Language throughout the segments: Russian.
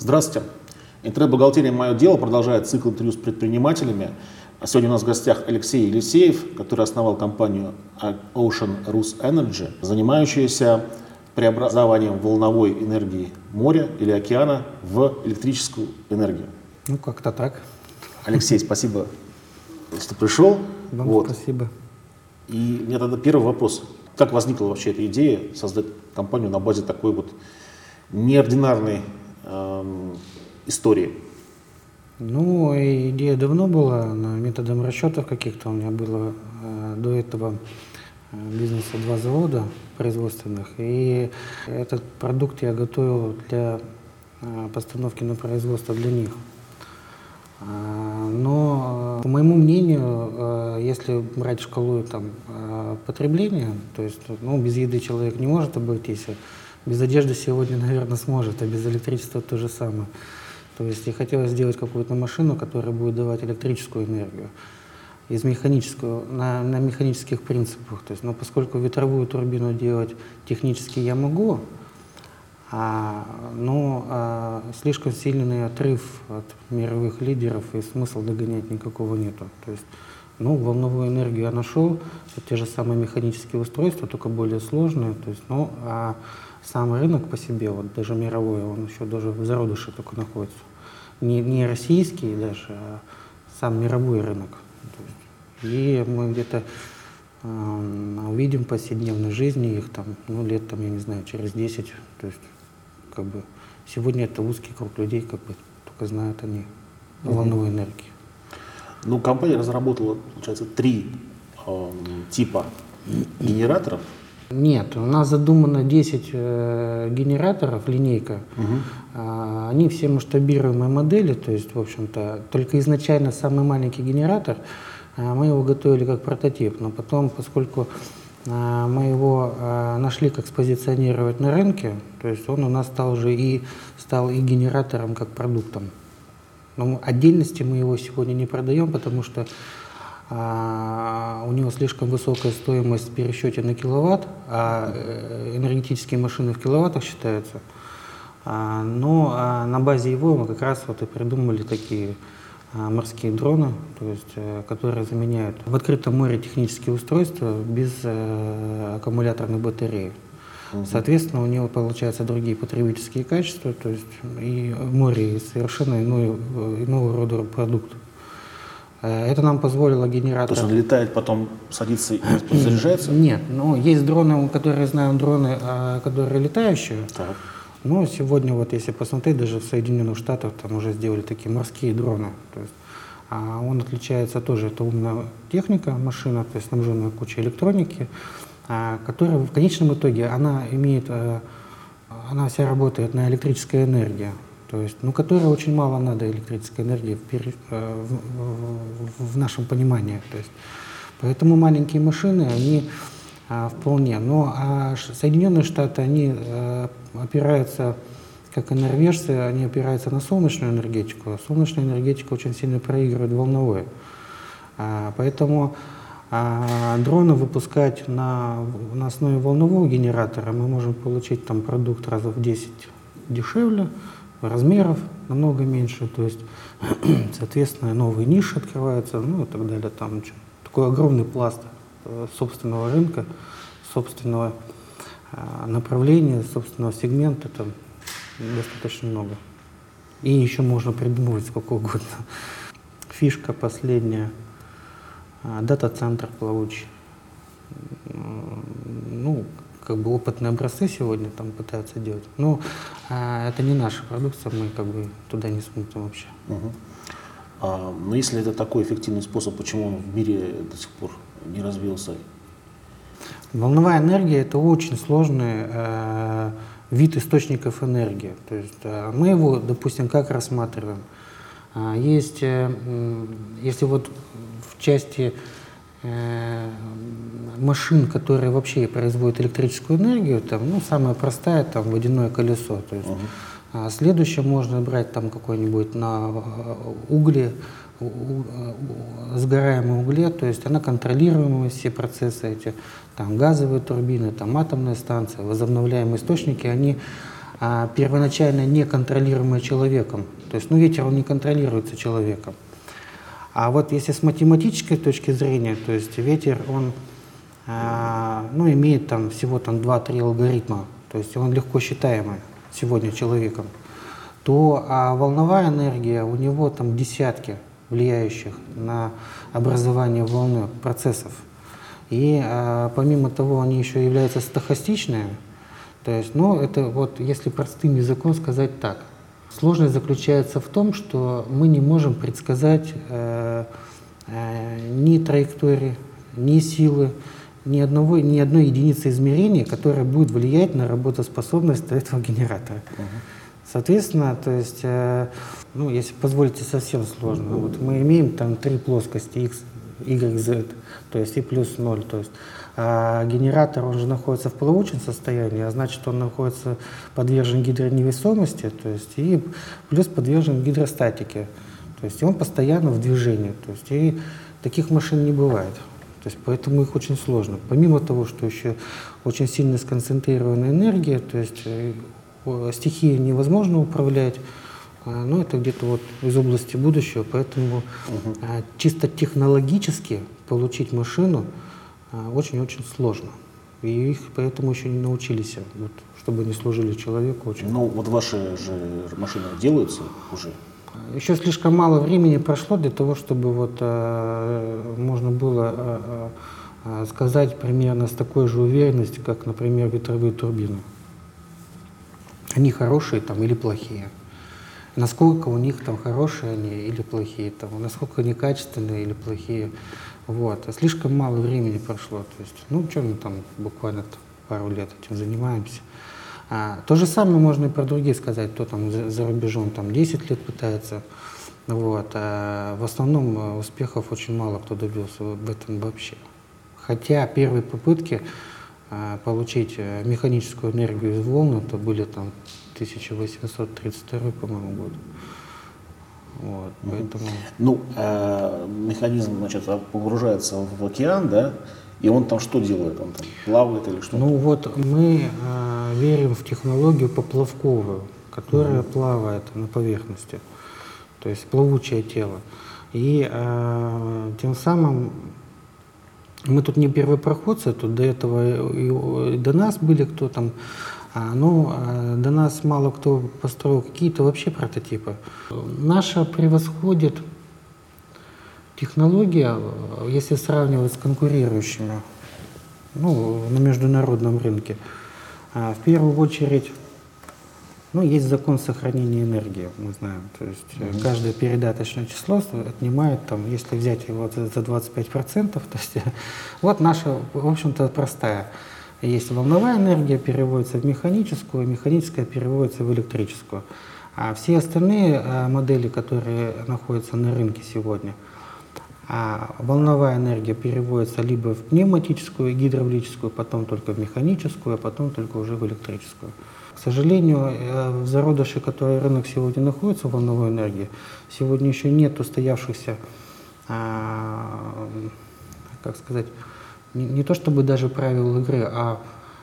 Здравствуйте. Интернет-бухгалтерия «Мое дело» продолжает цикл интервью с предпринимателями. Сегодня у нас в гостях Алексей Елисеев, который основал компанию Ocean Rus Energy, занимающаяся преобразованием волновой энергии моря или океана в электрическую энергию. Ну, как-то так. Алексей, спасибо, что пришел. Вам спасибо. И у меня тогда первый вопрос. Как возникла вообще эта идея создать компанию на базе такой вот неординарной истории? Ну, идея давно была, методом расчетов каких-то. У меня было до этого бизнеса 2 завода производственных. И этот продукт я готовил для постановки на производство для них. Но, по моему мнению, если брать шкалу потребления, то есть без еды человек не может обойтись, без одежды сегодня, наверное, сможет, а без электричества то же самое. То есть я хотел сделать какую-то машину, которая будет давать электрическую энергию из механическую, на механических принципах. То есть, но поскольку ветровую турбину делать технически я могу, но слишком сильный отрыв от мировых лидеров и смысла догонять никакого нету. То есть, волновую энергию я нашел, это те же самые механические устройства, только более сложные. То есть, сам рынок по себе, вот даже мировой, он еще даже в зародыше только находится. Не российский даже, а сам мировой рынок. То есть, и мы где-то увидим в повседневной жизни их лет, я не знаю, через 10. То есть, сегодня это узкий круг людей, только знают они о волновой энергии. Компания разработала, получается, 3 типа генераторов. Нет, у нас задумано 10 генераторов, линейка. Они все масштабируемые модели, то есть, в общем-то, только изначально самый маленький генератор, мы его готовили как прототип, но потом, поскольку мы его нашли, как спозиционировать на рынке, то есть он у нас стал и генератором, как продуктом. Но отдельности мы его сегодня не продаем, потому что у него слишком высокая стоимость в пересчете на киловатт, а энергетические машины в киловаттах считаются. Но на базе его мы как раз и придумали такие морские дроны, то есть, которые заменяют в открытом море технические устройства без аккумуляторной батареи. Соответственно, у него получаются другие потребительские качества, то есть и в море совершенно иного рода продукт. Это нам позволило генератор... То есть он летает, потом садится и заряжается? Нет, есть дроны, которые знают, которые летающие. Так. Но сегодня, если посмотреть, даже в Соединенных Штатах там уже сделали такие морские дроны. То есть, он отличается тоже, это умная техника, машина, то есть снабженная кучей электроники, которая в конечном итоге, она вся работает на электрической энергии. То есть, которой очень мало надо электрической энергии в нашем понимании. То есть, поэтому маленькие машины, они вполне. Но Соединенные Штаты, они опираются, как и норвежцы, они опираются на солнечную энергетику. А солнечная энергетика очень сильно проигрывает волновой. Поэтому дроны выпускать на основе волнового генератора мы можем получить продукт раза в 10 дешевле, размеров намного меньше, то есть, соответственно, новые ниши открываются, и так далее. Там такой огромный пласт собственного рынка, собственного направления, собственного сегмента, там достаточно много. И еще можно придумывать сколько угодно. Фишка последняя, дата-центр плавучий. Опытные образцы сегодня там пытаются делать. Но это не наша продукция, мы туда не смотрим вообще. Но если это такой эффективный способ, почему он в мире до сих пор не развился? Волновая энергия — это очень сложный вид источников энергии. То есть мы его, допустим, как рассматриваем? Есть, если в части машин, которые вообще производят электрическую энергию, самая простая, водяное колесо. То есть, следующее можно брать какой-нибудь на угле, сгораемом угле, то есть она контролируемые все процессы эти, газовые турбины, атомные станции, возобновляемые источники, они первоначально не контролируемые человеком. То есть, ветер, он не контролируется человеком. А вот если с математической точки зрения, то есть ветер, он имеет всего 2-3 алгоритма, то есть он легко считаемый сегодня человеком, то волновая энергия, у него десятки влияющих на образование волны процессов. И помимо того, они еще являются стохастичными. То есть, это если простым языком сказать так. Сложность заключается в том, что мы не можем предсказать ни траектории, ни силы, ни одной единицы измерения, которая будет влиять на работоспособность этого генератора. Соответственно, то есть, если позволите, совсем сложно. Вот мы имеем 3 плоскости x, y, z, то есть и плюс 0. То есть, генератор, он же находится в плавучем состоянии, а значит, он находится подвержен гидроневесомости, то есть и плюс подвержен гидростатике. То есть он постоянно в движении. То есть и таких машин не бывает. То есть поэтому их очень сложно. Помимо того, что еще очень сильно сконцентрированная энергия, то есть стихии невозможно управлять, но это где-то из области будущего, поэтому чисто технологически получить машину очень-очень сложно. И их поэтому еще не научились, чтобы они служили человеку. Очень. Ваши же машины делаются уже? Еще слишком мало времени прошло для того, чтобы можно было сказать примерно с такой же уверенностью, как, например, ветровые турбины. Они хорошие или плохие. Насколько у них хорошие они или плохие, насколько они качественные или плохие. Слишком мало времени прошло. То есть, что мы буквально пару лет этим занимаемся. То же самое можно и про других сказать, кто за рубежом 10 лет пытается. В основном успехов очень мало кто добился в этом вообще. Хотя первые попытки получить механическую энергию из волн, это были 1832, по-моему, год. Поэтому... Механизм, погружается в океан, да? И он что делает? Он плавает или что? Мы верим в технологию поплавковую, которая плавает на поверхности, то есть плавучее тело. И тем самым мы тут не первопроходцы, тут до этого и до нас были кто до нас мало кто построил какие-то вообще прототипы. Наша превосходит технология, если сравнивать с конкурирующими на международном рынке. В первую очередь, есть закон сохранения энергии, мы знаем. То есть каждое передаточное число отнимает, если взять его за 25%, то есть наша, в общем-то, простая. Есть волновая энергия, переводится в механическую, механическая переводится в электрическую. А все остальные модели, которые находятся на рынке сегодня, волновая энергия переводится либо в пневматическую, гидравлическую, потом только в механическую, а потом только уже в электрическую. К сожалению, в зародыше, который рынок сегодня находится, волновой энергии, сегодня еще нет устоявшихся, не то чтобы даже правил игры, а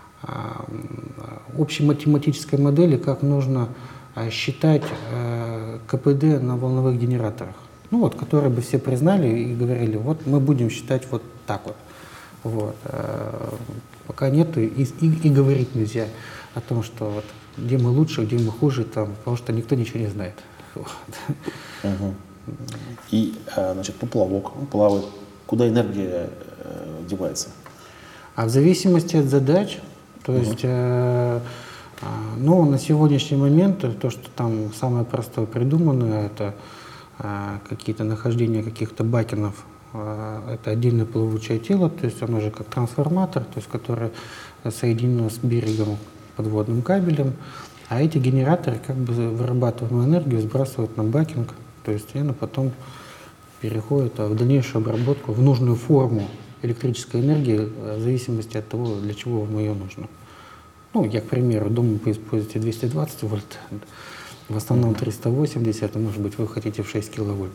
общей математической модели, как нужно считать КПД на волновых генераторах. Которые бы все признали и говорили, мы будем считать так вот. Пока нету, и говорить нельзя о том, что где мы лучше, где мы хуже, потому что никто ничего не знает. И, поплавок, он плавает. Куда энергия девается? В зависимости от задач, то есть, на сегодняшний момент то, что самое простое придумано, это какие-то нахождения каких-то бакенов, это отдельное плавучее тело, то есть оно же как трансформатор, то есть которое соединено с берегом подводным кабелем, а эти генераторы вырабатываемую энергию сбрасывают на бакинг, то есть она потом переходит в дальнейшую обработку в нужную форму электрической энергии в зависимости от того, для чего вам ее нужно. Я, к примеру, дома вы используете 220 вольт, в основном 380, может быть, вы хотите в 6 киловольт.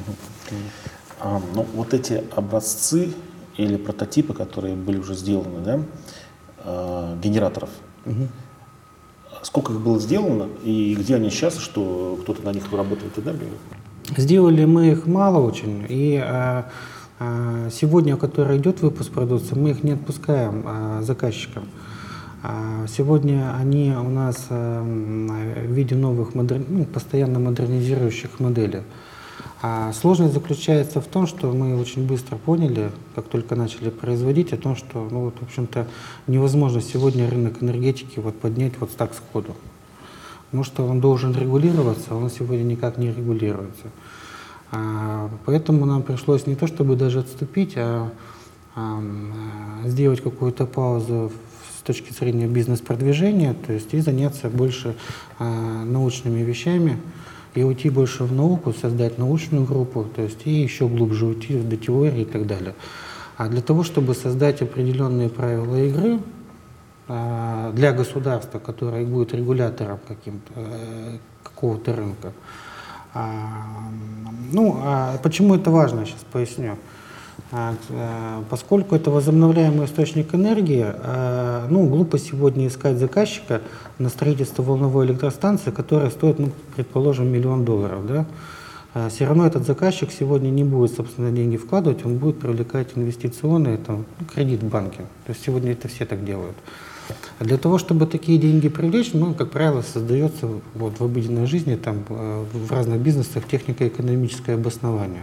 Эти образцы или прототипы, которые были уже сделаны, да, генераторов, Сколько их было сделано и где они сейчас, что кто-то на них вырабатывает энергию? Сделали мы их мало очень, и сегодня, который идет выпуск продукции, мы их не отпускаем заказчикам. Сегодня они у нас в виде новых, постоянно модернизирующих моделей. Сложность заключается в том, что мы очень быстро поняли, как только начали производить, о том, что, в общем-то, невозможно сегодня рынок энергетики поднять так сходу. Потому что он должен регулироваться, а он сегодня никак не регулируется. Поэтому нам пришлось не то чтобы даже отступить, а сделать какую-то паузу с точки зрения бизнес-продвижения, то есть и заняться больше научными вещами, и уйти больше в науку, создать научную группу, то есть и еще глубже уйти до теории и так далее. А для того, чтобы создать определенные правила игры для государства, которое будет регулятором какого-то рынка. Почему это важно, сейчас поясню. Поскольку это возобновляемый источник энергии, глупо сегодня искать заказчика на строительство волновой электростанции, которая стоит, предположим, $1 миллион. Да? Все равно этот заказчик сегодня не будет, собственно, деньги вкладывать, он будет привлекать инвестиционные, кредит в банке. То есть сегодня это все так делают. А для того, чтобы такие деньги привлечь, как правило, создается в обыденной жизни, в разных бизнесах технико-экономическое обоснование.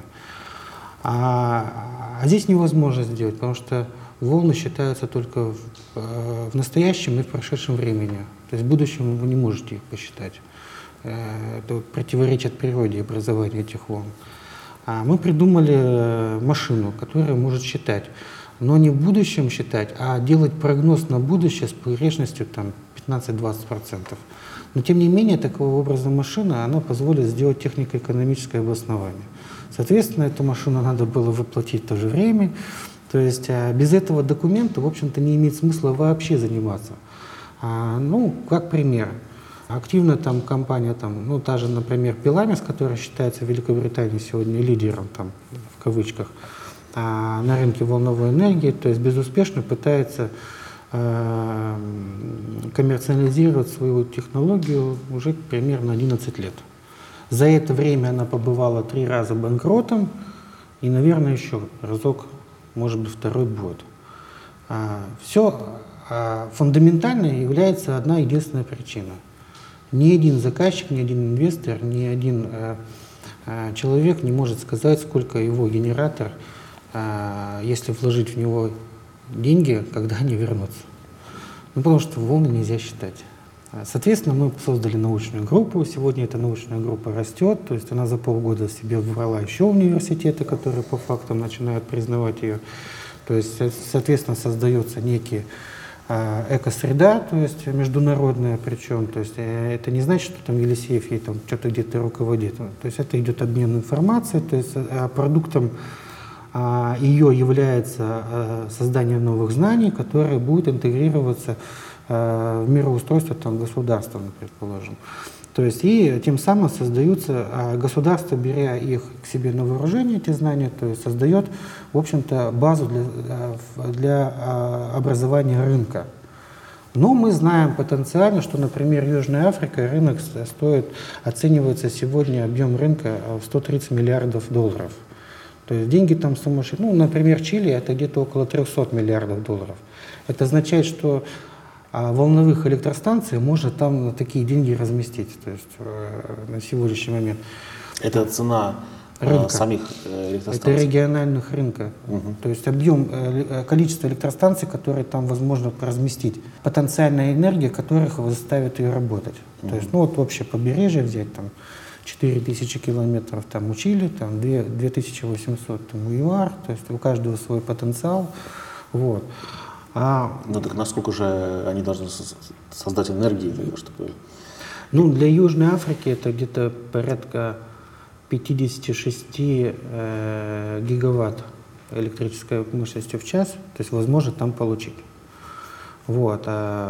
А здесь невозможно сделать, потому что волны считаются только в настоящем и в прошедшем времени. То есть в будущем вы не можете их посчитать. Это противоречит природе образования этих волн. Мы придумали машину, которая может считать, но не в будущем считать, а делать прогноз на будущее с погрешностью 15-20%. Но тем не менее, такого образа машина, она позволит сделать технико-экономическое обоснование. Соответственно, эту машину надо было воплотить в то же время. То есть без этого документа, в общем-то, не имеет смысла вообще заниматься. Как пример. Активно компания, та же, например, Пеламис, которая считается в Великобритании сегодня лидером, в кавычках, на рынке волновой энергии, то есть безуспешно пытается коммерциализировать свою технологию уже примерно 11 лет. За это время она побывала 3 раза банкротом, и, наверное, еще разок, может быть, второй будет. Все фундаментально является одна единственная причина. Ни один заказчик, ни один инвестор, ни один человек не может сказать, сколько его генератор, если вложить в него деньги, когда они вернутся. Потому что волны нельзя считать. Соответственно, мы создали научную группу. Сегодня эта научная группа растет, то есть она за полгода себе выбрала еще университеты, которые по факту начинают признавать ее. То есть, соответственно, создается некий экосреда, то есть международная, причем, то есть это не значит, что Елисеев ей что-то где-то руководит. То есть это идет обмен информацией, то есть продуктом ее является создание новых знаний, которые будут интегрироваться в мироустройство государства, предположим. То есть и тем самым создаются, государство, беря их к себе на вооружение, эти знания, то есть создает, в общем-то, базу для образования рынка. Но мы знаем потенциально, что, например, Южная Африка, рынок оценивается сегодня, объем рынка в $130 миллиардов. То есть деньги там сумасшедшие. Например, Чили это где-то около $300 миллиардов. Это означает, что волновых электростанций можно там на такие деньги разместить, то есть на сегодняшний момент. Это цена рынка. Самих электростанций? Это региональных рынка. То есть количество электростанций, которые там возможно разместить, потенциальная энергия которых заставит ее работать. То есть, общее побережье взять, 4000 километров у Чили, 2800 у ЮАР, то есть у каждого свой потенциал. Вот. Так насколько же они должны создать энергии, чтобы... Для Южной Африки это где-то порядка 56 гигаватт электрической мощностью в час, то есть возможно там получить. Вот.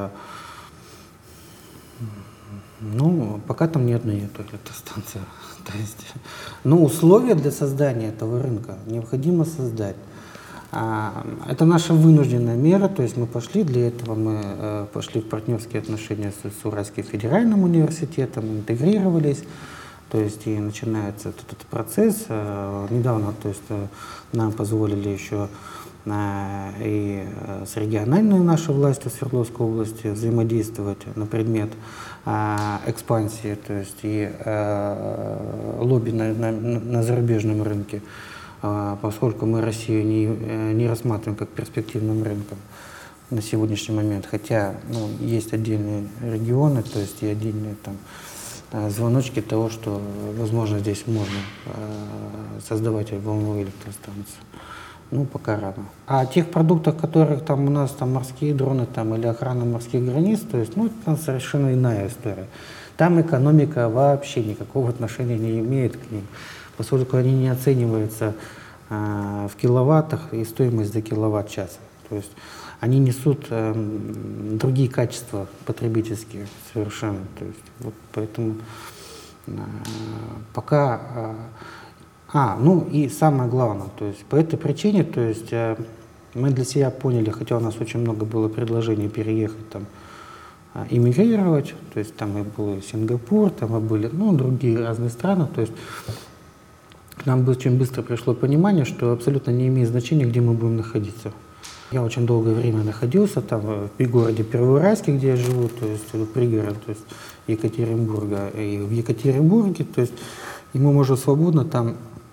Пока там ни одной нету электростанции. То есть, условия для создания этого рынка необходимо создать. Это наша вынужденная мера, то есть мы пошли, для этого мы пошли в партнерские отношения с Уральским федеральным университетом, интегрировались, то есть и начинается этот процесс. Недавно, то есть нам позволили еще и с региональной нашей властью Свердловской области взаимодействовать на предмет экспансии, то есть и лобби на зарубежном рынке, поскольку мы Россию не рассматриваем как перспективным рынком на сегодняшний момент, хотя есть отдельные регионы, то есть и отдельные там звоночки того, что, возможно, здесь можно создавать волновые электростанции. Пока рано. А о тех продуктах, которых там у нас там морские дроны там, или охрана морских границ, то есть, это совершенно иная история. Там экономика вообще никакого отношения не имеет к ним, поскольку они не оцениваются в киловаттах и стоимость за киловатт-час. То есть они несут другие качества потребительские совершенно. То есть, поэтому пока... и самое главное, то есть по этой причине, то есть мы для себя поняли, хотя у нас очень много было предложений переехать там, эмигрировать, то есть там и был Сингапур, там и были, другие разные страны, то есть нам очень быстро пришло понимание, что абсолютно не имеет значения, где мы будем находиться. Я очень долгое время находился там в пригороде Первоуральске, где я живу, то есть пригород, то есть Екатеринбурга, и в Екатеринбурге, то есть и мы можем свободно там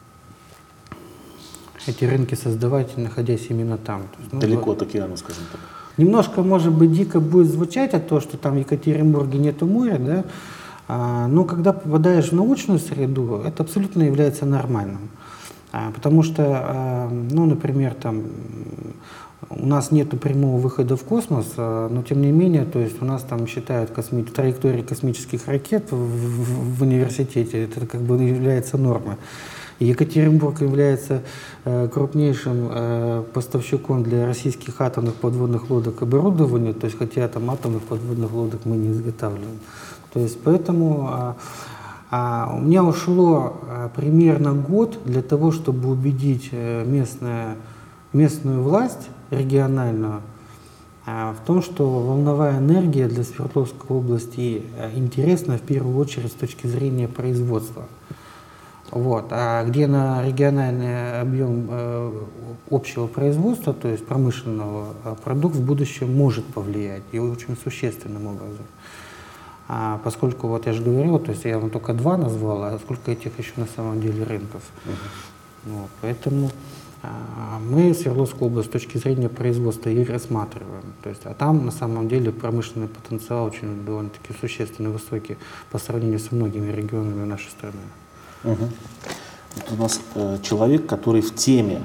эти рынки создавать, находясь именно там. То есть, далеко от океана, скажем так. Немножко, может быть, дико будет звучать от того, что там в Екатеринбурге нету моря, да, но когда попадаешь в научную среду, это абсолютно является нормальным. Потому что, например, там у нас нет прямого выхода в космос, но тем не менее, то есть у нас там считают траектории космических ракет в университете, это как бы является нормой. Екатеринбург является крупнейшим поставщиком для российских атомных подводных лодок оборудования, то есть хотя там атомных подводных лодок мы не изготавливаем. То есть поэтому у меня ушло примерно год для того, чтобы убедить местную власть региональную в том, что волновая энергия для Свердловской области интересна в первую очередь с точки зрения производства. А где на региональный объем общего производства, то есть промышленного, продукт в будущем может повлиять и очень существенным образом. Поскольку, я же говорил, то есть я вам только 2 назвал, а сколько этих еще на самом деле рынков. Поэтому мы Свердловскую область с точки зрения производства и рассматриваем. То есть, а там на самом деле промышленный потенциал очень довольно-таки существенно высокий по сравнению со многими регионами нашей страны. Это у нас человек, который в теме.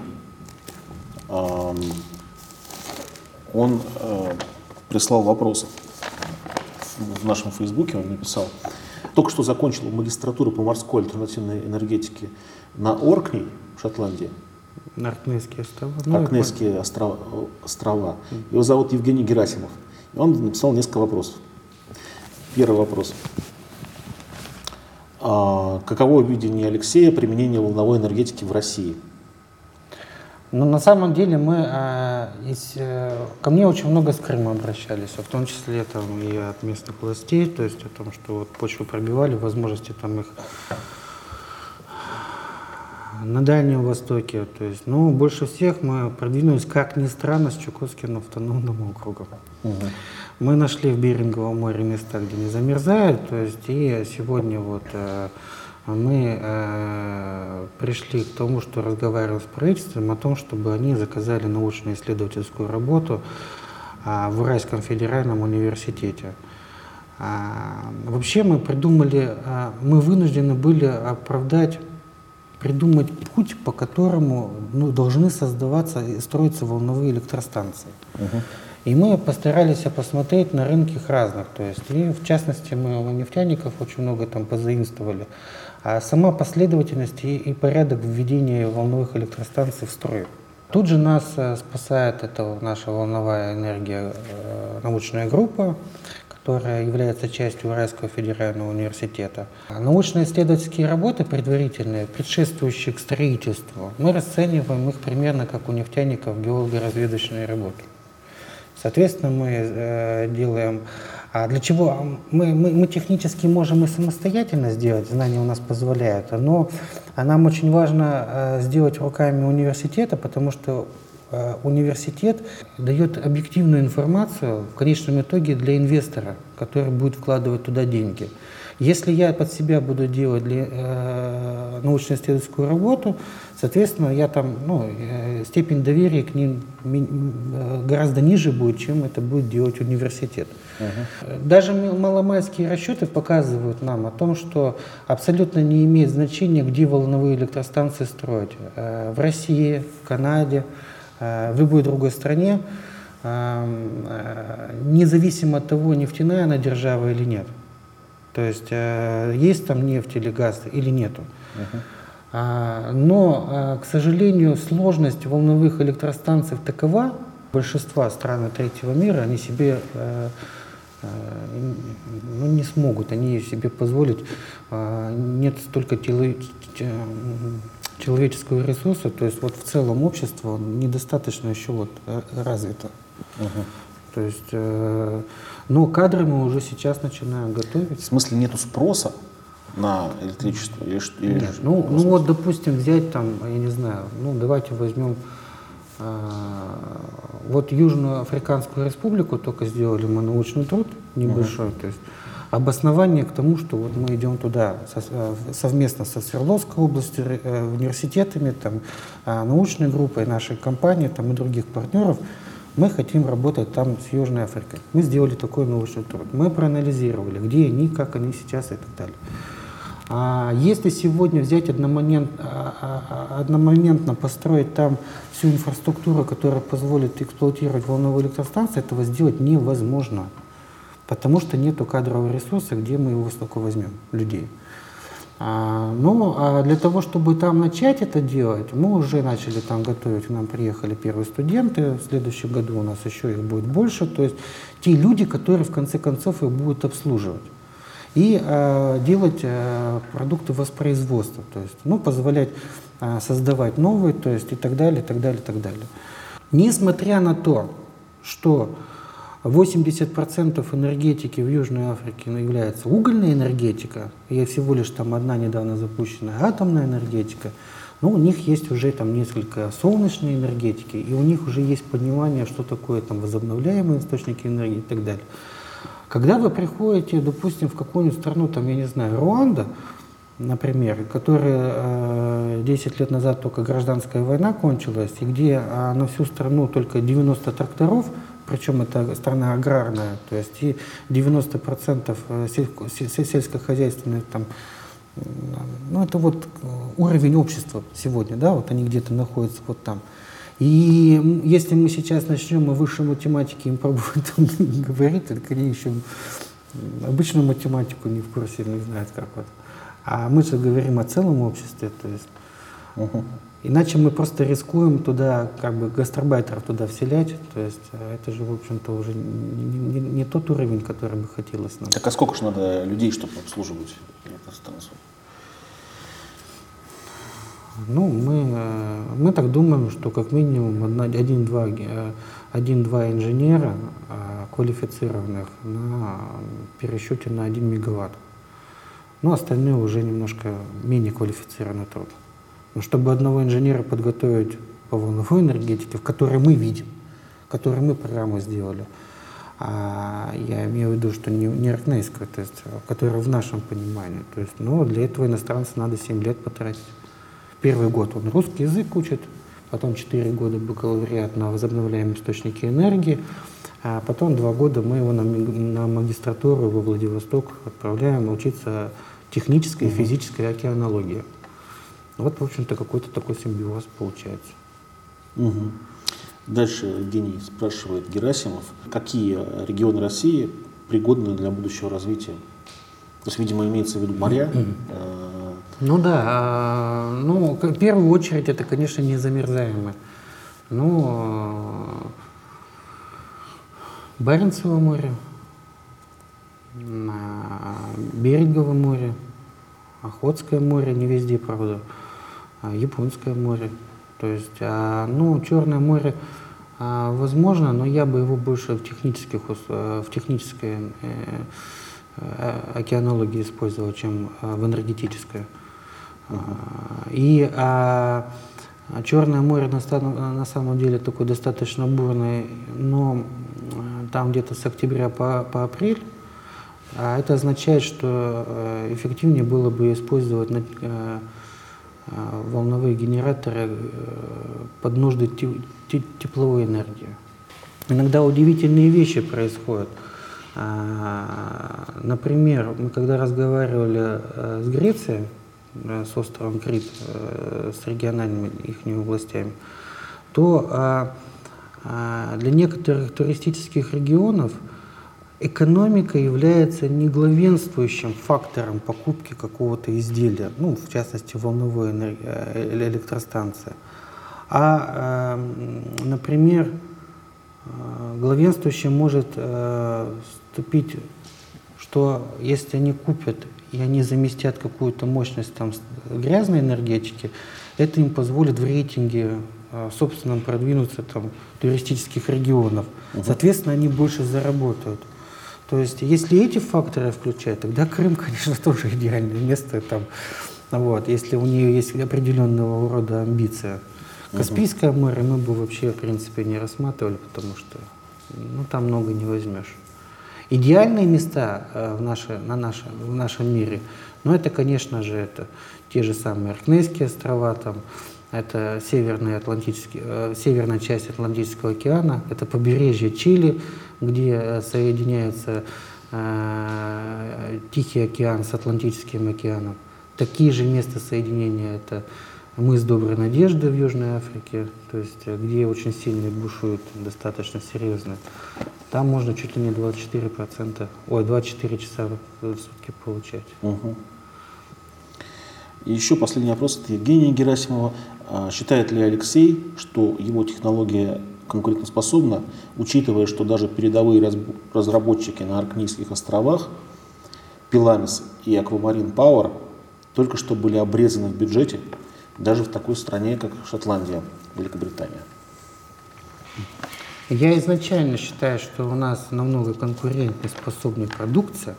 Он прислал вопрос в нашем фейсбуке, он написал: только что закончил магистратуру по морской альтернативной энергетике на Оркней в Шотландии. Аркнейские острова. Аркнейские острова. Его зовут Евгений Герасимов. И он написал несколько вопросов. Первый вопрос. Каково видение Алексея применения волновой энергетики в России? На самом деле ко мне очень много с Крыма обращались, в том числе там, и от местных властей, то есть о том, что почву пробивали, возможности там их на Дальнем Востоке. То есть, больше всех мы продвинулись, как ни странно, с Чукотским автономным округом. Мы нашли в Беринговом море места, где не замерзают, то есть, и сегодня мы пришли к тому, что разговаривали с правительством о том, чтобы они заказали научно-исследовательскую работу в Уральском федеральном университете. Вообще мы вынуждены были придумать путь, по которому должны создаваться и строиться волновые электростанции. И мы постарались посмотреть на рынках разных, то есть, и в частности мы у нефтяников очень много там позаимствовали. А сама последовательность и порядок введения волновых электростанций в строй. Тут же нас спасает наша волновая энергия, научная группа, которая является частью Уральского федерального университета. Научно-исследовательские работы предварительные, предшествующие к строительству, мы расцениваем их примерно как у нефтяников геолого-разведочные работы. Соответственно, мы делаем... А для чего? Мы технически можем и самостоятельно сделать, знания у нас позволяют, но нам очень важно сделать руками университета, потому что университет дает объективную информацию в конечном итоге для инвестора, который будет вкладывать туда деньги. Если я под себя буду делать научно-исследовательскую работу, соответственно, я там, степень доверия к ним гораздо ниже будет, чем это будет делать университет. Даже маломальские расчеты показывают нам о том, что абсолютно не имеет значения, где волновые электростанции строить. В России, в Канаде, в любой другой стране, независимо от того, нефтяная она держава или нет. То есть есть там нефть или газ или нету. Но, к сожалению, сложность волновых электростанций такова, большинство стран третьего мира, они себе не смогут, они себе позволить, нет столько человеческого ресурса, то есть вот в целом общество недостаточно еще развито. То есть, но кадры мы уже сейчас начинаем готовить. В смысле нету спроса на электричество? Нет, вот, допустим, взять там, я не знаю, давайте возьмем вот Южноафриканскую республику, только сделали мы научный труд небольшой, то есть обоснование к тому, что вот мы идем туда совместно со Свердловской областью, университетами, там, научной группой, нашей компанией там, и других партнеров. Мы хотим работать там с Южной Африкой. Мы сделали такой научный труд. Мы проанализировали, где они, как они сейчас и так далее. Если сегодня взять одномоментно построить там всю инфраструктуру, которая позволит эксплуатировать волновые электростанции, этого сделать невозможно. Потому что нету кадрового ресурса, где мы его столько возьмем, людей. Но для того, чтобы там начать это делать, мы уже начали там готовить, к нам приехали первые студенты, в следующем году у нас еще их будет больше, то есть те люди, которые в конце концов их будут обслуживать. И делать продукты воспроизводства, то есть позволять создавать новые, то есть и так далее, и так далее, и так далее. Несмотря на то, что 80% энергетики в Южной Африке является угольная энергетика, и всего лишь там одна недавно запущенная атомная энергетика, но у них есть уже там несколько солнечной энергетики, и у них уже есть понимание, что такое там возобновляемые источники энергии и так далее. Когда вы приходите, допустим, в какую-нибудь страну, там, я не знаю, Руанда, например, которая 10 лет назад только гражданская война кончилась, и где на всю страну только 90 тракторов, причем это страна аграрная, то есть и 90% сельскохозяйственных там, это вот уровень общества сегодня, да, вот они где-то находятся вот там. И если мы сейчас начнем о высшей математике им пробовать говорить, только они еще обычную математику не в курсе, не знают как вот. А мы же говорим о целом обществе, то есть иначе мы просто рискуем туда, как бы гастарбайтеров туда вселять, то есть это же, в общем-то, уже не тот уровень, который бы хотелось нам. Так а сколько же надо людей, чтобы обслуживать электростанцию? Мы так думаем, что как минимум один-два инженера квалифицированных на пересчете на 1 мегаватт. Но остальные уже немножко менее квалифицированный труд. Но чтобы одного инженера подготовить по волновой энергетике, в которой мы видим, в которой мы программу сделали, я имею в виду, что не ракнейскую, то есть, которая в нашем понимании. То есть, для этого иностранцу надо 7 лет потратить. Первый год он русский язык учит, потом 4 года бакалавриат на возобновляемые источники энергии, а потом 2 года мы его на магистратуру во Владивосток отправляем учиться технической и физической океанологии. Вот, в общем-то, какой-то такой симбиоз получается. Дальше Евгений спрашивает Герасимов, какие регионы России пригодны для будущего развития? То есть, видимо, имеется в виду моря. В первую очередь это, конечно, незамерзаемые. Баренцево море, Берингово море, Охотское море, не везде, правда, Японское море. То есть, Черное море возможно, но я бы его больше в технической океанологии использовал, чем в энергетической. И Черное море на самом деле такое достаточно бурное, но там где-то с октября по апрель. А это означает, что эффективнее было бы использовать волновые генераторы под нужды тепловой энергии. Иногда удивительные вещи происходят. Например, мы когда разговаривали с Грецией, с островом Крит, с региональными их властями, то для некоторых туристических регионов экономика является не главенствующим фактором покупки какого-то изделия, в частности, волновой электростанции. Например, главенствующим может вступить, что если они купят и они заместят какую-то мощность грязной энергетики, это им позволит в рейтинге собственном продвинуться туристических регионов. Соответственно, они больше заработают. То есть, если эти факторы включать, тогда Крым, конечно, тоже идеальное место, если у нее есть определенного рода амбиция. Каспийское море мы бы вообще, в принципе, не рассматривали, потому что там много не возьмешь. Идеальные места в нашем мире, это, конечно же, это те же самые Оркнейские острова, это северная часть Атлантического океана, это побережье Чили, где соединяется Тихий океан с Атлантическим океаном. Такие же места соединения — это мыс Доброй Надежды в Южной Африке, то есть где очень сильно бушуют, достаточно серьезно. Там можно чуть ли не 24 часа в сутки получать. И еще последний вопрос от Евгения Герасимова. Считает ли Алексей, что его технология конкурентоспособна, учитывая, что даже передовые разработчики на Оркнейских островах, Пеламис и Аквамарин Пауэр, только что были обрезаны в бюджете, даже в такой стране, как Шотландия, Великобритания? Я изначально считаю, что у нас намного конкурентоспособнее продукция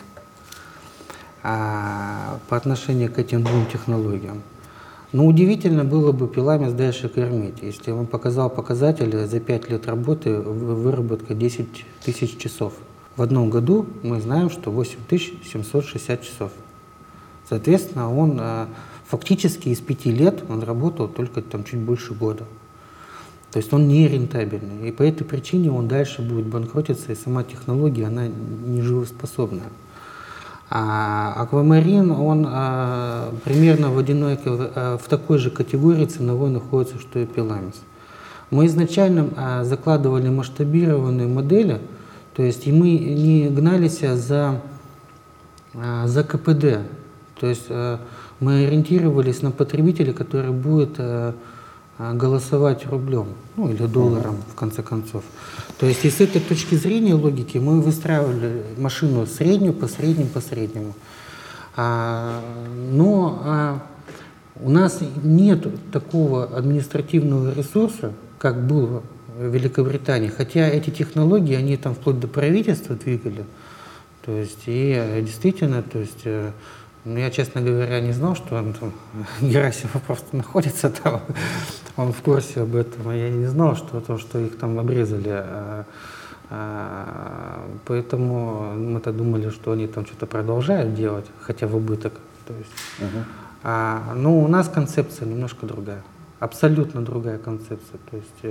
по отношению к этим двум технологиям. Но удивительно было бы Пеламис дальше кормить, если он показал показатели за 5 лет работы выработка 10 тысяч часов. В одном году мы знаем, что 8760 часов. Соответственно, он фактически из 5 лет он работал только чуть больше года. То есть он не рентабельный. И по этой причине он дальше будет банкротиться, и сама технология, она не живоспособная. А Аквамарин, он примерно в такой же категории ценовой находится, что и Пеламис. Мы изначально закладывали масштабированные модели, то есть и мы не гнались за КПД. То есть мы ориентировались на потребителя, который будет голосовать рублем, или долларом, в конце концов. То есть и с этой точки зрения логики мы выстраивали машину среднюю по среднему. Но у нас нет такого административного ресурса, как было в Великобритании, хотя эти технологии, они вплоть до правительства двигали. То есть и действительно, я, честно говоря, не знал, что Герасимов просто находится там, он в курсе об этом, я не знал, что их там обрезали. Поэтому мы-то думали, что они там что-то продолжают делать, хотя в убыток. То есть, но у нас концепция немножко другая, абсолютно другая концепция. То есть,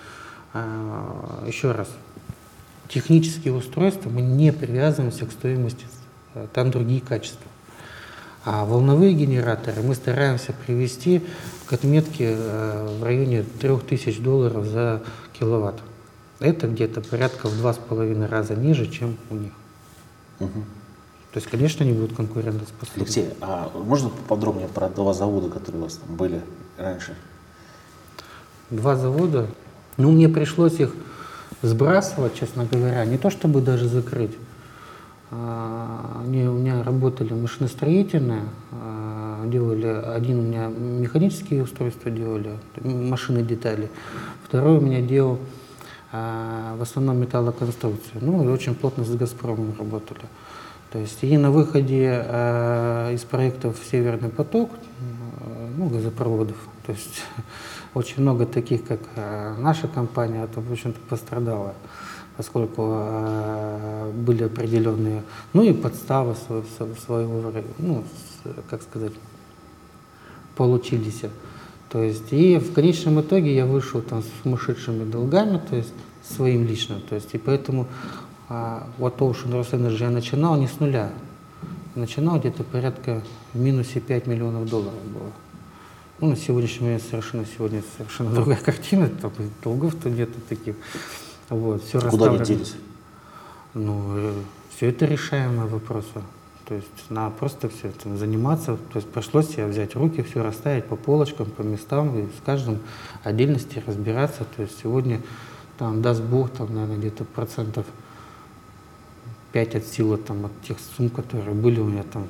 еще раз, технические устройства мы не привязываемся к стоимости, там другие качества. А волновые генераторы мы стараемся привести к отметке в районе $3000 за киловатт. Это где-то порядка в 2,5 раза ниже, чем у них. То есть, конечно, они будут конкурентоспособны. Алексей, а можно поподробнее про 2 завода, которые у вас там были раньше? 2 завода? Мне пришлось их сбрасывать, честно говоря, не то чтобы даже закрыть. они у меня работали машиностроительные, делали, один у меня механические устройства делали, машины, детали, второй у меня делал в основном металлоконструкции. Ну и очень плотно с «Газпромом» работали. То есть и на выходе из проектов «Северный поток», ну, газопроводов, то есть очень много таких, как наша компания, это, в общем-то, пострадала, поскольку были определенные, ну и подставы своего, ну, как сказать, получились. То есть и в конечном итоге я вышел там с сумасшедшими долгами, то есть своим личным, то есть и поэтому вот Ocean Rus Energy я начинал не с нуля, начинал где-то порядка в минусе 5 миллионов долларов было. Ну, на сегодняшний момент совершенно другая картина, там долгов-то нету таких. Вот, все куда они делись? Ну, все это решаемые вопросы. То есть надо просто все этим заниматься. То есть пришлось себе взять руки, все расставить по полочкам, по местам, и с каждым отдельности разбираться. То есть сегодня, там, даст Бог, там, наверное, где-то 5% от силы там, от тех сумм, которые были у меня там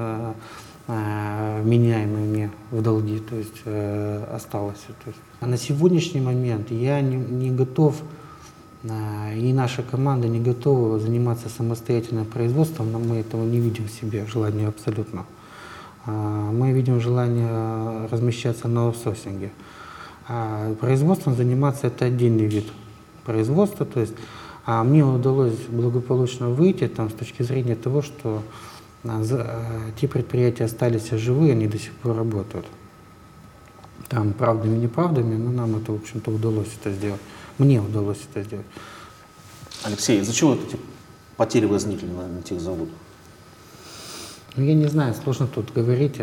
вменяемыми в долги, то есть осталось. То есть. А на сегодняшний момент я не готов, и наша команда не готова заниматься самостоятельным производством, но мы этого не видим в себе, желания абсолютно. Мы видим желание размещаться на аутсорсинге. А производством заниматься — это отдельный вид производства, то есть мне удалось благополучно выйти там, с точки зрения того, что те предприятия остались живые, они до сих пор работают. Там правдами и неправдами, но нам это, в общем-то, удалось это сделать. Мне удалось это сделать. Алексей, из-за чего эти потери возникли на тех заводах? Ну, я не знаю, сложно тут говорить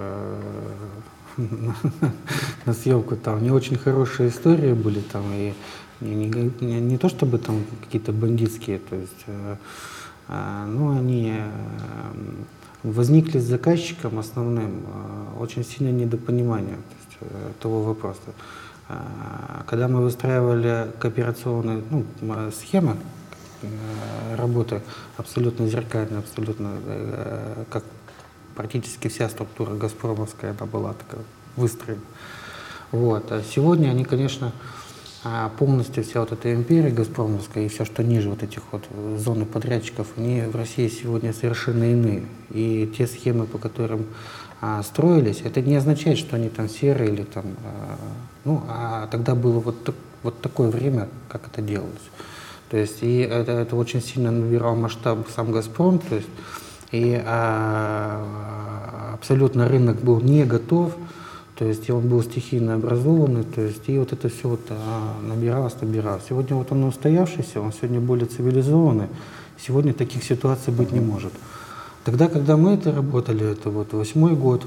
на съемку. Там не очень хорошие истории были, там, и не то чтобы там какие-то бандитские, то есть, но они возникли с заказчиком основным очень сильное недопонимание, то есть, того вопроса. Когда мы выстраивали кооперационные схемы работы, абсолютно зеркальная, абсолютно как практически вся структура газпромовская, она была такая выстроена. Вот. А сегодня они, конечно, полностью вся вот эта империя газпромовская и все, что ниже вот этих вот зоны подрядчиков, они в России сегодня совершенно иные. И те схемы, по которым строились, это не означает, что они там серые или там, а тогда было вот такое время, как это делалось. То есть и это очень сильно набирал масштаб сам «Газпром», то есть и абсолютно рынок был не готов, то есть и он был стихийно образованный, то есть и вот это все вот набиралось. Сегодня вот он устоявшийся, он сегодня более цивилизованный, сегодня таких ситуаций быть не может. Тогда, когда мы это работали, это вот 8-й год,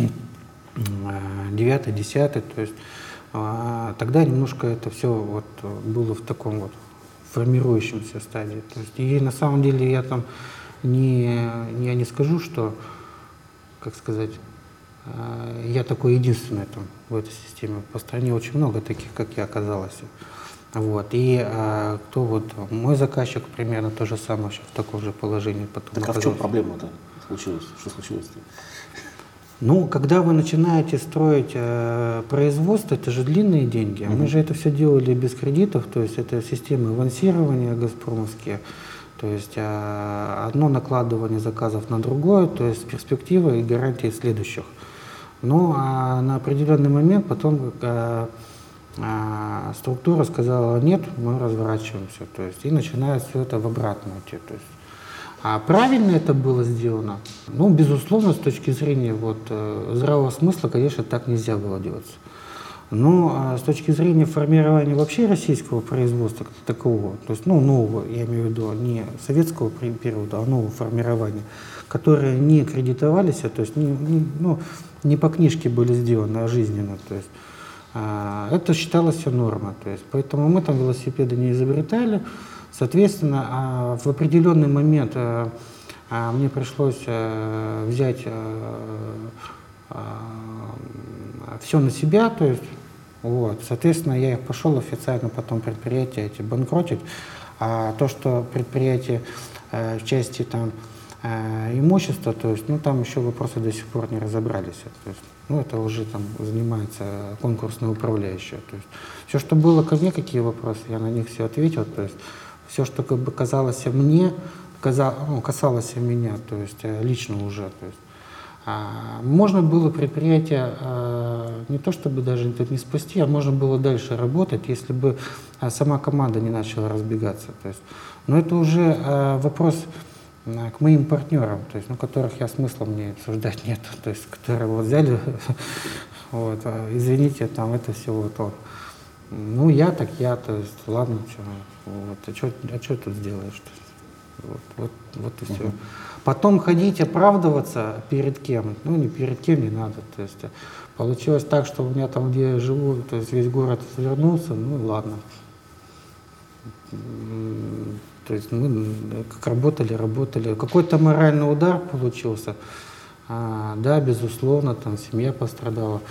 9-й, 10-й, то есть тогда немножко это все вот было в таком вот формирующемся стадии. То есть, и на самом деле я там я не скажу, что, как сказать, я такой единственный там в этой системе. По стране очень много таких, как я, оказалось. Вот. И кто вот мой заказчик примерно то же самое, в таком же положении. Так а в чем проблема-то случилась? Что случилось-то? Ну, когда вы начинаете строить производство, это же длинные деньги. Мы же это все делали без кредитов, то есть это системы авансирования газпромовские, то есть одно накладывание заказов на другое, то есть перспектива и гарантии следующих. Ну, а на определенный момент потом структура сказала: нет, мы разворачиваемся, то есть и начинает все это в обратную идти. То есть. А правильно это было сделано? Ну, безусловно, с точки зрения здравого смысла, конечно, так нельзя было делать. Но с точки зрения формирования вообще российского производства как такового, то есть, нового, я имею в виду, не советского периода, а нового формирования, которые не кредитовались, то есть не по книжке были сделаны, а жизненно, то есть это считалось нормой. То есть, поэтому мы там велосипеды не изобретали. Соответственно, в определенный момент мне пришлось взять все на себя, то есть Вот. Соответственно, я их пошел официально потом предприятия эти банкротить. А то, что предприятие в части там имущества, то есть, ну, там еще вопросы до сих пор не разобрались. То есть, ну, это уже там занимается конкурсная управляющая. То есть, все, что было ко мне, какие вопросы, я на них все ответил. То есть, все, что как бы казалось мне, касалось меня, то есть лично уже. То есть, можно было предприятие не то чтобы даже не спасти, а можно было дальше работать, если бы сама команда не начала разбегаться. То есть, но это уже вопрос к моим партнерам, то есть, ну, которых я смысла мне обсуждать нет, то есть, которые вот взяли, вот, извините, там это все вот. Ну, я, то есть, ладно, что, вот, а что тут сделаешь? Вот и все. Потом ходить оправдываться перед кем, ну, ни перед кем не надо, то есть, получилось так, что у меня там, где я живу, то есть, весь город свернулся, ну, ладно. То есть мы как работали. Какой-то моральный удар получился. Да, безусловно, там семья пострадала.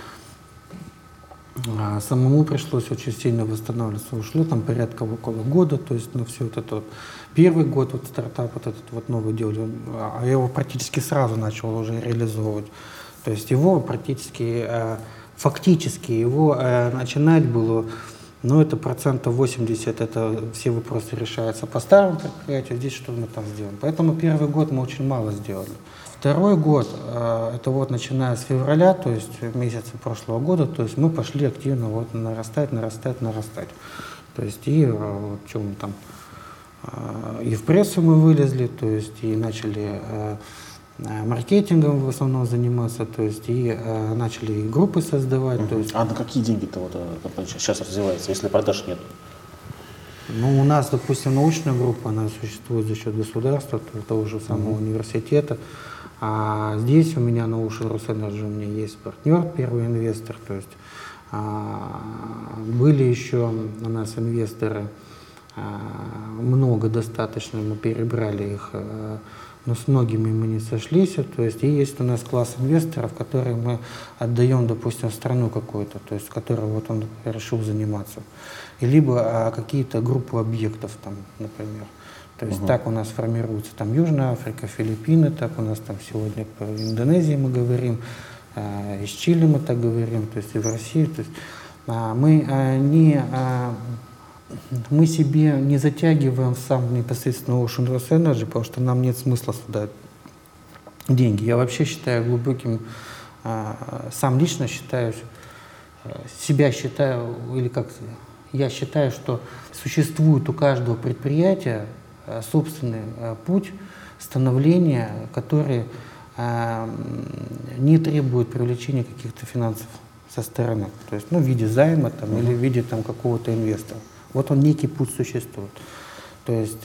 Самому пришлось очень сильно восстанавливаться. Ушло там порядка около года, то есть на все это вот. Первый год вот стартап вот этот вот новый делали, а я его практически сразу начал уже реализовывать. То есть его практически, фактически его начинать было, ну, это 80%, это все вопросы решаются по старому предприятию, здесь что мы там сделаем. Поэтому первый год мы очень мало сделали. Второй год, это вот начиная с февраля, то есть месяца прошлого года, то есть мы пошли активно вот нарастать. То есть и вот, что мы там, и в прессу мы вылезли, то есть и начали маркетингом в основном заниматься, то есть и начали и группы создавать. То есть, а на какие деньги-то вот сейчас развивается, если продаж нет? Ну, у нас, допустим, научная группа, она существует за счет государства, того же самого университета. А здесь у меня на Ocean RusEnergy у меня есть партнер, первый инвестор. То есть были еще у нас инвесторы, много достаточно, мы перебрали их, но с многими мы не сошлись. То есть и есть у нас класс инвесторов, которые мы отдаем, допустим, в страну какую-то, то есть которой вот он решил заниматься. И либо какие-то группы объектов, там, например. То есть так у нас формируется там Южная Африка, Филиппины, так у нас там сегодня по Индонезии мы говорим, из Чили мы так говорим, то есть и в России. То есть мы себе не затягиваем сам непосредственно Ocean RusEnergy, потому что нам нет смысла сюда деньги. Я вообще считаю глубоким, сам лично считаю, себя считаю, или как я считаю, что существует у каждого предприятия собственный путь становления, который не требует привлечения каких-то финансов со стороны, то есть, ну, в виде займа там, или в виде там какого-то инвестора. Вот он некий путь существует. То есть,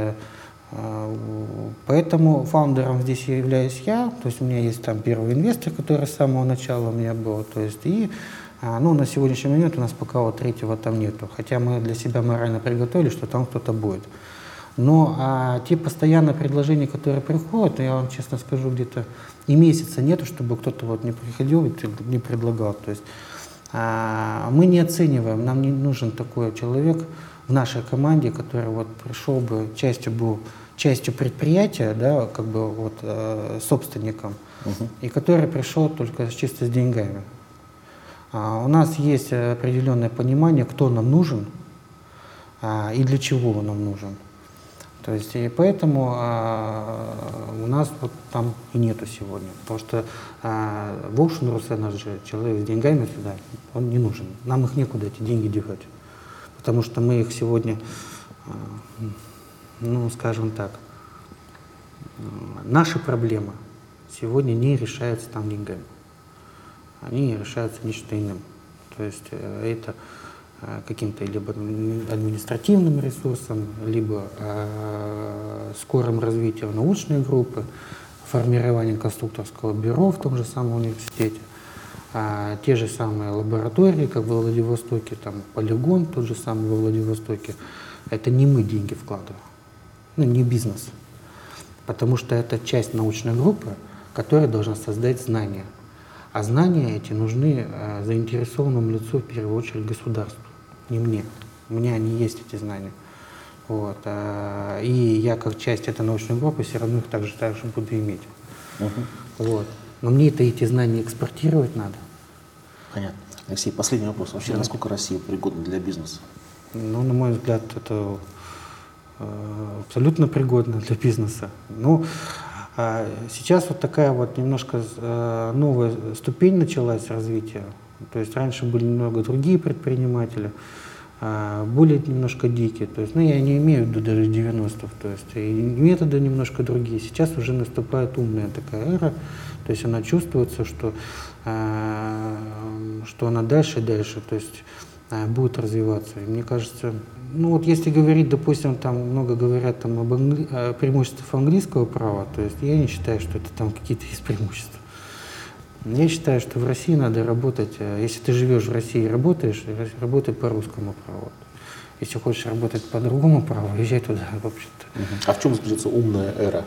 поэтому фаундером здесь являюсь я, то есть у меня есть там первый инвестор, который с самого начала у меня был, то есть и ну, на сегодняшний момент у нас пока вот третьего там нету, хотя мы для себя морально приготовили, что там кто-то будет. Но те постоянные предложения, которые приходят, я вам честно скажу, где-то и месяца нету, чтобы кто-то вот не приходил и не предлагал. То есть мы не оцениваем, нам не нужен такой человек в нашей команде, который вот пришел бы, был частью предприятия, да, как бы вот собственником, и который пришел только чисто с деньгами. У нас есть определенное понимание, кто нам нужен и для чего он нам нужен. То есть, и поэтому у нас вот там и нету сегодня. Потому что в Ocean RusEnergy человек с деньгами сюда, он не нужен. Нам их некуда, эти деньги девать. Потому что мы их сегодня, ну, скажем так, наши проблемы сегодня не решаются там деньгами. Они решаются нечто иным. То есть это каким-то либо административным ресурсом, либо скорым развитием научной группы, формированием конструкторского бюро в том же самом университете, те же самые лаборатории, как во Владивостоке, там полигон тот же самый во Владивостоке. Это не мы деньги вкладываем, ну, не бизнес, потому что это часть научной группы, которая должна создать знания. А знания эти нужны заинтересованному лицу, в первую очередь, государству, не мне. У меня они есть, эти знания. Вот. И я, как часть этой научной группы, все равно их также буду иметь. Вот. Но мне эти знания экспортировать надо. Понятно. Алексей, последний вопрос. Вообще, насколько Россия пригодна для бизнеса? Ну, на мой взгляд, это абсолютно пригодно для бизнеса. Ну, сейчас вот такая вот немножко новая ступень началась развития. То есть раньше были немного другие предприниматели, более немножко дикие. То есть, ну, я не имею в виду даже 90-х. То есть и методы немножко другие. Сейчас уже наступает умная такая эра. То есть она чувствуется, что она дальше и дальше. То есть будет развиваться. И мне кажется, ну вот если говорить, допустим, там много говорят там об преимуществах английского права, то есть я не считаю, что это там какие-то есть преимущества. Я считаю, что в России надо работать, если ты живешь в России и работаешь, работай по русскому праву. Если хочешь работать по другому праву, езжай туда, вообще-то. А в чем заключается умная эра?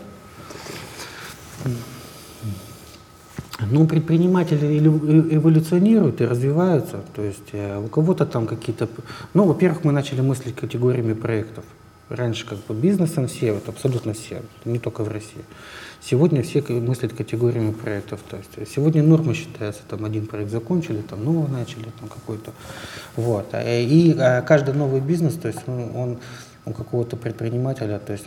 Ну, предприниматели эволюционируют и развиваются. То есть у кого-то там какие-то... Ну, во-первых, мы начали мыслить категориями проектов. Раньше как бы бизнесом все, вот абсолютно все, не только в России. Сегодня все мыслят категориями проектов. То есть сегодня норма считается, там один проект закончили, там новый начали, там какой-то. Вот. И каждый новый бизнес, то есть он у какого-то предпринимателя, то есть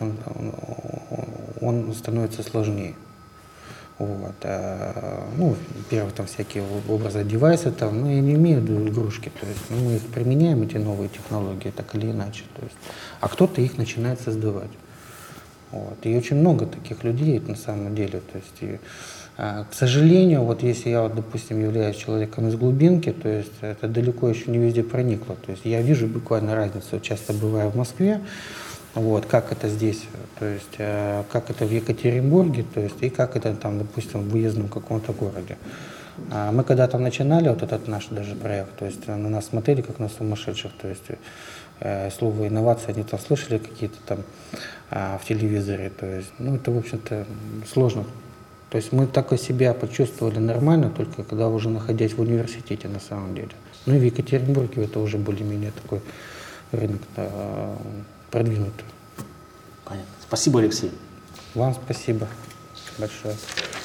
он становится сложнее. Вот. Ну, первые там всякие образы, девайсы, там, ну, я не имею в виду игрушки, то есть мы их применяем, эти новые технологии, так или иначе, то есть, а кто-то их начинает создавать. Вот. И очень много таких людей на самом деле, то есть, и, к сожалению, вот если я, вот, допустим, являюсь человеком из глубинки, то есть это далеко еще не везде проникло, то есть я вижу буквально разницу, часто бываю в Москве, вот, как это здесь, то есть, как это в Екатеринбурге, то есть, и как это там, допустим, в выездном каком-то городе. Мы когда там начинали вот этот наш даже проект, то есть на нас смотрели как на сумасшедших, то есть слово инновации они там слышали какие-то там в телевизоре, то есть, ну это, в общем-то, сложно. То есть мы так себя почувствовали нормально, только когда уже находясь в университете на самом деле. Ну и в Екатеринбурге это уже более-менее такой рынок продвинутый. Понятно. Спасибо, Алексей. Вам спасибо большое.